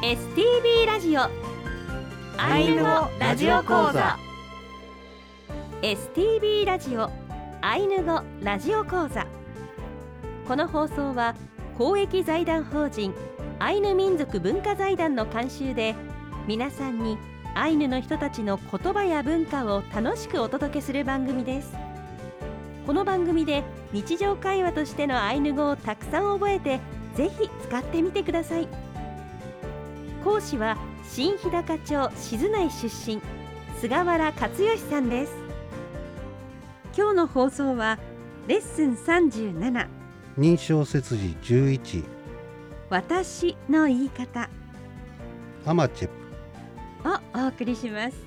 STB ラジオアイヌ語ラジオ講座 STB ラジオアイヌ語ラジオ講座。この放送は公益財団法人アイヌ民族文化財団の監修で、皆さんにアイヌの人たちの言葉や文化を楽しくお届けする番組です。この番組で日常会話としてのアイヌ語をたくさん覚えて、ぜひ使ってみてください。講師は新日高町静内出身、菅原克義さんです。今日の放送はレッスン37、 認証切字11、 私の言い方アマチェプをお送りします。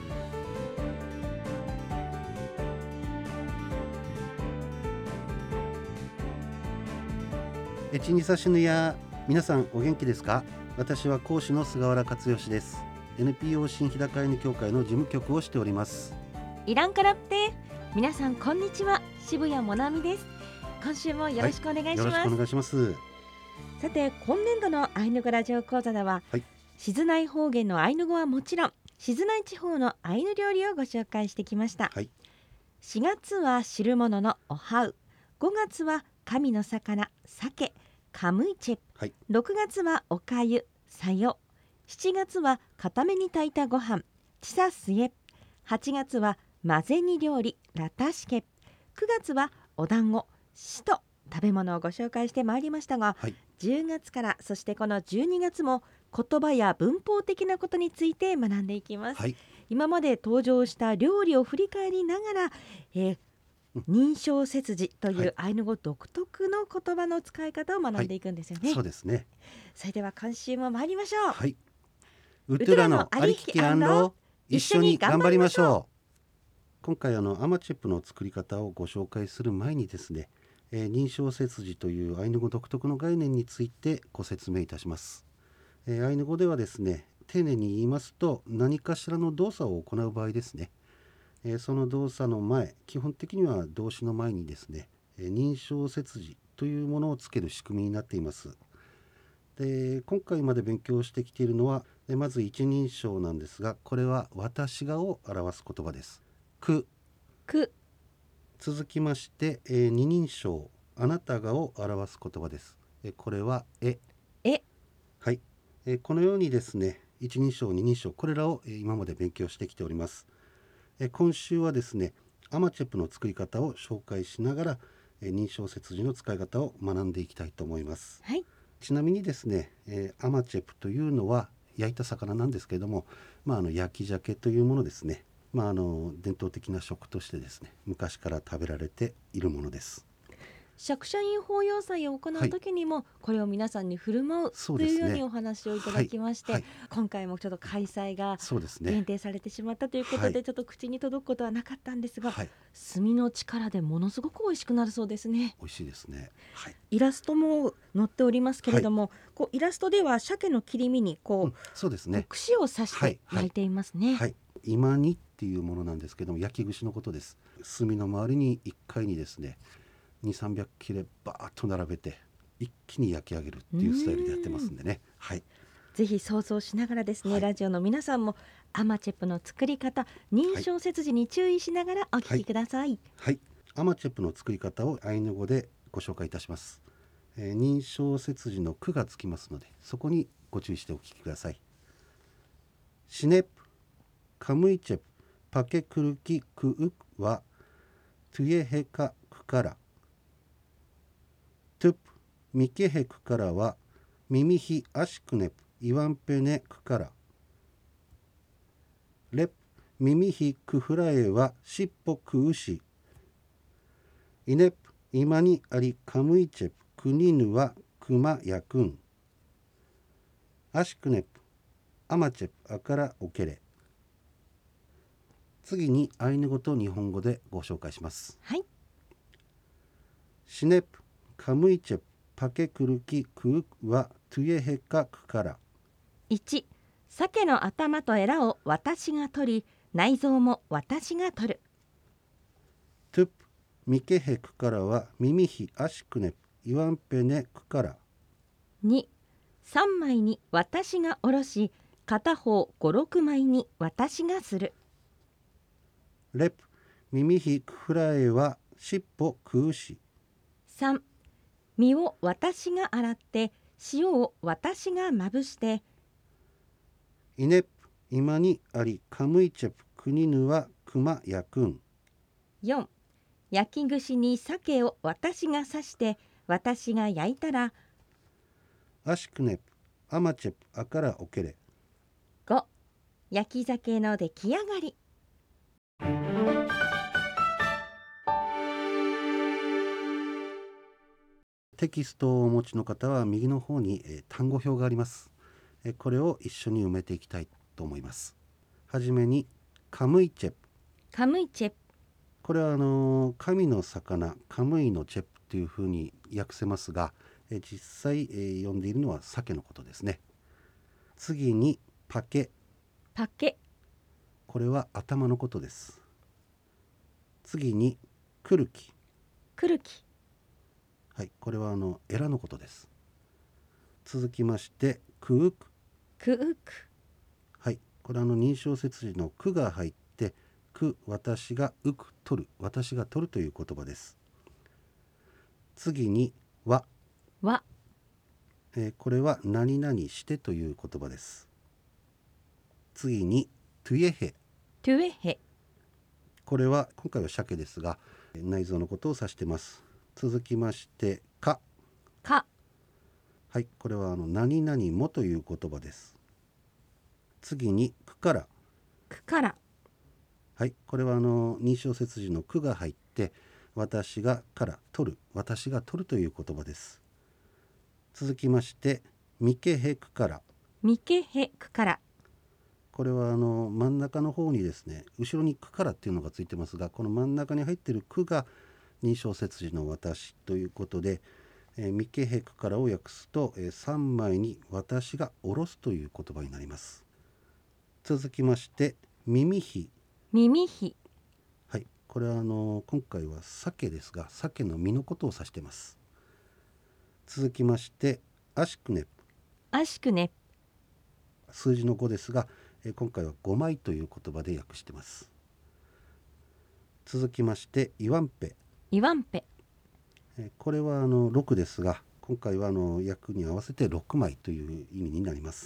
エチニサシヌヤ、皆さんお元気ですか？私は講師の菅原克義です。 NPO 新日高アイヌ協会の事務局をしております。 イランカラプテ、皆さんこんにちは、渋谷もなみです。今週もよろしくお願いします。 よろしくお願いします。 さて、今年度のアイヌ語ラジオ講座では、静内方言のアイヌ語はもちろん、静内地方のアイヌ料理をご紹介してきました。4月は汁物のおはう、5月は神の魚鮭カムイチェ、6月はおかゆさよ、7月は固めに炊いたご飯チサスエ、8月は混ぜ煮料理ラタシケ、9月はお団子シと食べ物をご紹介してまいりましたが、10月からそしてこの12月も言葉や文法的なことについて学んでいきます。今まで登場した料理を振り返りながら、認証切字というアイヌ語独特の言葉の使い方を学んでいくんですよね。 そうですね。 それでは今週も参りましょう。 ウトゥラのありききアンロ、一緒に頑張りましょう。今回アマチェプの作り方をご紹介する前にですね、認証切字というアイヌ語独特の概念についてご説明いたします。アイヌ語ではですね、丁寧に言いますと、何かしらの動作を行う場合ですね、その動作の前、基本的には動詞の前にですね、認証切字というものをつける仕組みになっています。で、今回まで勉強してきているのは、まず一人称なんですが、これは私がを表す言葉です。く。続きまして、二人称あなたがを表す言葉です。これはこのようにですね、一人称二人称、これらを今まで勉強してきております。今週はですね、アマチェプの作り方を紹介しながら、認証切字の使い方を学んでいきたいと思います。ちなみにですね、アマチェプというのは焼いた魚なんですけれども、焼き鮭というものですね。伝統的な食としてですね、昔から食べられているものです。 釈迦院法要祭を行う時にも、これを皆さんに振る舞うというようにお話をいただきまして、今回もちょっと開催が限定されてしまったということで、ちょっと口に届くことはなかったんですが、炭の力でものすごく美味しくなるそうですね。 美味しいですね。 イラストも載っておりますけれども、イラストでは鮭の切り身にそうですね、 串を刺して焼いていますね。 今にっていうものなんですけども、焼き串のことです。炭の周りに1回にですね、2、300切れバーッと並べて一気に焼き上げるっていうスタイルでやってますんでね。 ぜひ想像しながらですね、ラジオの皆さんもアマチェプの作り方、認証切字に注意しながらお聞きください。 アマチェプの作り方をアイヌ語でご紹介いたします。認証切字の句がつきますので、そこにご注意してお聞きください。シネプカムイチェプパケクルキクウクはトゥエヘカクからトゥプミケヘクからはミミヒアシクネプイワンペネクからレプミミヒクフラエはシッポクウシイネプイマニアリカムイチェプクニヌはクマヤクンアシクネプアマチェプアカラオケレ。次にアイヌ語と日本語でご紹介します。シネプカムイチェプパケクルキクウクはトゥエヘカクから。 1、鮭の頭とエラを私が取り、内臓も私が取る。 トゥプミケヘクからはミミヒアシクネプイワンペネクから。 2、 3枚に私がおろし、片方5、6枚に私がする。 レプ、耳ひくふらえはしっぽくうし。 3、身を私が洗って塩を私がまぶして。 イネプ、今にありカムイチェプクニヌはクマやくん。 4、焼き串に鮭を私が刺して私が焼いたら。 アシクネプ、アマチェプアからおけれ。 5、焼き鮭の出来上がり。 テキストをお持ちの方は右の方に、単語表があります。これを一緒に埋めていきたいと思います。はじめにカムイチェプ。 カムイチェプ。 これは神の魚カムイのチェプというふうに訳せますが、実際、読んでいるのは鮭のことですね。次にパケ。 パケ。 これは頭のことです。次にクルキ。 クルキ。 はい、これはエラのことです。続きましてクウク。 クウク。 はい、これは認証切字のクが入ってク、私がうく取る、私が取るという言葉です。次にわ。 わ。 これは何々してという言葉です。次にトゥエヘ。 トゥエヘ。 これは今回は鮭ですが内臓のことを指しています。続きましてか。 か。 はい、これは何々もという言葉です。次にくから。 くから。 はい、これは認証切字のくが入って私がから取る、私が取るという言葉です。続きましてみけへくから。 みけへくから。 これは真ん中の方にですね、後ろにくからっていうのがついてますが、この真ん中に入っているくが認証切字の私ということで、みけへくからを訳すと、3枚に私が下ろすという言葉になります。続きまして耳ひ。 耳ひ。 はい、これは今回は鮭ですが、鮭の身のことを指しています。続きましてアシクネ。 アシクネ。 数字の5ですが、今回は5枚という言葉で訳しています。続きましてイワンペ。 イワンペ。 これは6ですが、今回は訳に合わせて6枚という意味になります。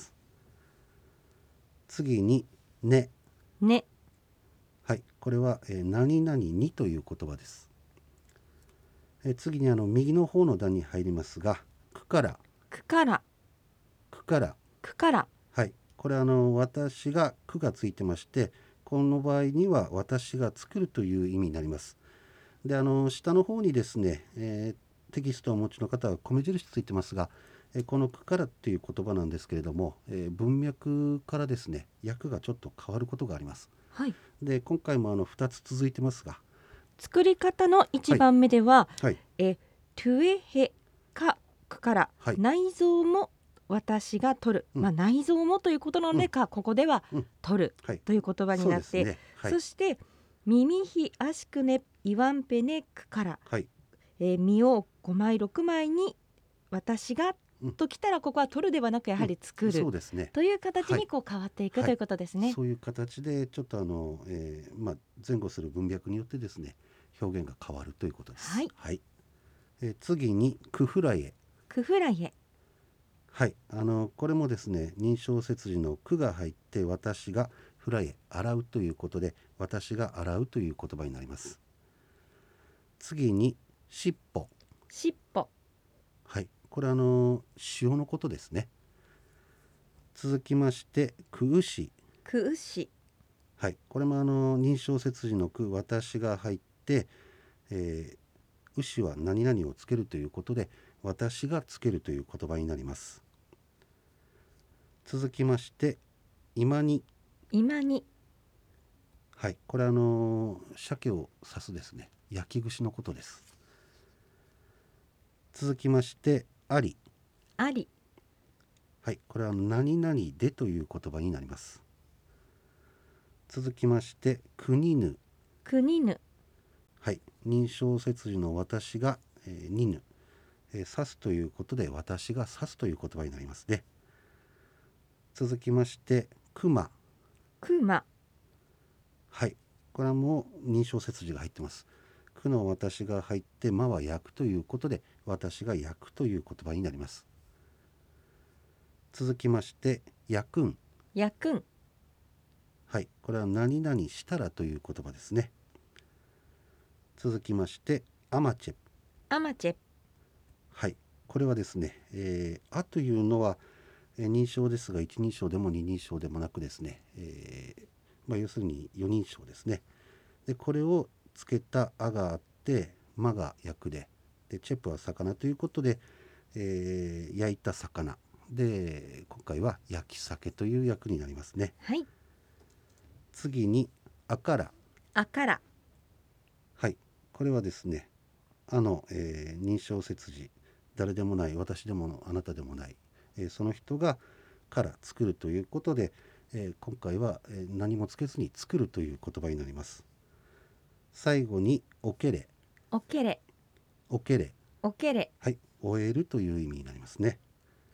次にね。 ね。 はい、これは、何々にという言葉です。次に右の方の段に入りますが、くから。 くから。 くから。 くから。 はい、これは私がくがついてまして、この場合には私が作るという意味になります。で下の方にですね、テキストをお持ちの方は米印ついてますが、このくからっていう言葉なんですけれども、文脈からですね訳がちょっと変わることがあります。 はい。 で今回も2つ続いてますが、 作り方の1番目では、 はい、 トゥエヘかくから、 はい、 内臓も私が取る、内臓もということなので、ここでは取る、という言葉になって、そして耳ひアシクネイワンペネクから、身を5枚6枚に私がときたら、ここは取るではなくやはり作る、 そうですね、 という形に変わっていく、ということですね。 そういう形でちょっと前後する文脈によってですね表現が変わるということです。はい、次にクフライエ。 クフライエ。 はい、これもですね認証切字のくが入って私がフライエ洗うということで、私が洗うという言葉になります。次にしっぽ。 しっぽ。 はい、これ塩のことですね。続きましてくうし。 くうし。 はい、これも認証切字のく、私が入って、うしは何々をつけるということで、私がつけるという言葉になります。続きまして今に。 今に。 はい、これ鮭を刺すですね焼き串のことです。続きましてあり。 あり。 はい、これは何々でという言葉になります。続きましてくにぬ。 くにぬ。 はい、認証切字の私がにぬ、 指すということで私が指すという言葉になりますね。続きまして熊。 熊。 はい、これはもう認証切字が入ってます。くの私が入ってまは焼くということで私が焼くという言葉になります。続きまして焼くん。 焼くん。 はい、これは何々したらという言葉ですね。続きましてアマチェ。 アマチェ。 はい、これはですね、あというのは認証ですが一人称でも二人称でもなくですね、要するに四人称ですね。でこれをつけたあがあってまが役で、チェプは魚ということで、焼いた魚で今回は焼き鮭という役になりますね。 はい。 次にあから。 あから。 はい、これはですね認証切字、誰でもない、私でもあなたでもない、その人がから作るということで、今回は、何もつけずに作るという言葉になります。最後におけれ。 おけれ。 おけれ。 おけれ。 はい、終えるという意味になりますね。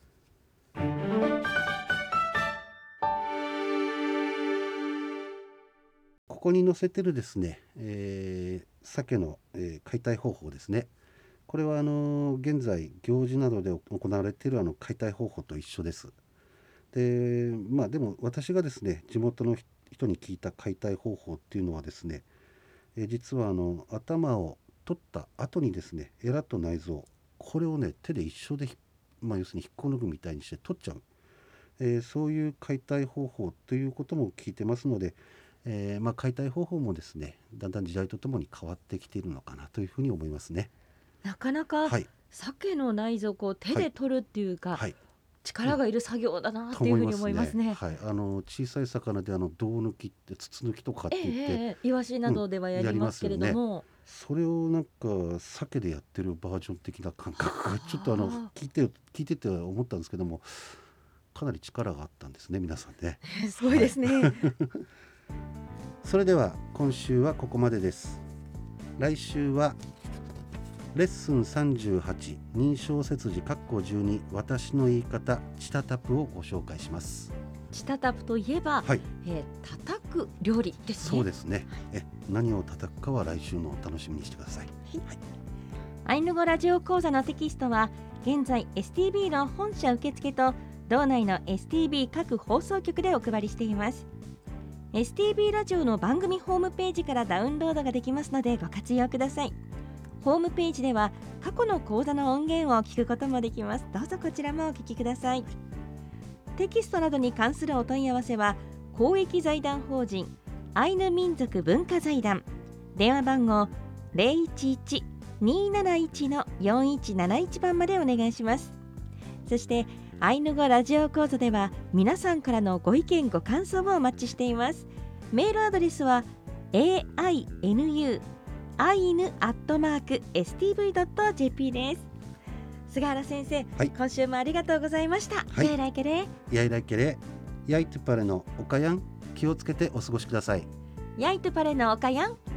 ここに載せてるですね、鮭の、解体方法ですね。これは現在行事などで行われている解体方法と一緒です。ででも私がですね地元の人に聞いた解体方法っていうのはですね、実は頭を取った後にですねエラと内臓、これをね手で一緒で要するに引っこ抜くみたいにして取っちゃう、そういう解体方法ということも聞いてますので、解体方法もですねだんだん時代とともに変わってきているのかなというふうに思いますね。 なかなか、 はい、 鮭の内臓を手で取るっていうか、 はい、 力がいる作業だなっていうふうに思いますね。 はい、小さい魚で胴抜きって筒抜きとかって言って、 イワシなどではやりますけれども、 それをなんか鮭でやってるバージョン的な感覚がちょっと聞いてて思ったんですけども、かなり力があったんですね皆さんね。 すごいですね、はい、 それでは今週はここまでです。来週はレッスン38認証切字12私の言い方チタタプをご紹介します。 チタタプといえば、 はい、 叩く料理ですね。 そうですね、はい、何を叩くかは来週のお楽しみにしてください。はい、 アイヌ語ラジオ講座のテキストは現在 STB の本社受付と道内の STB 各放送局でお配りしています。 STB ラジオの番組ホームページからダウンロードができますのでご活用ください。ホームページでは過去の講座の音源を聞くこともできます。どうぞこちらもお聞きください。テキストなどに関するお問い合わせは公益財団法人アイヌ民族文化財団、電話番号 011-271-4171 番までお願いします。そしてアイヌ語ラジオ講座では皆さんからのご意見ご感想をお待ちしています。メールアドレスは ainu@stv.jp です。菅原先生、はい、今週もありがとうございました。やいらいけれやいらいけれやいとパレのおかやん、気をつけてお過ごしください。 やいとパレのおかやん、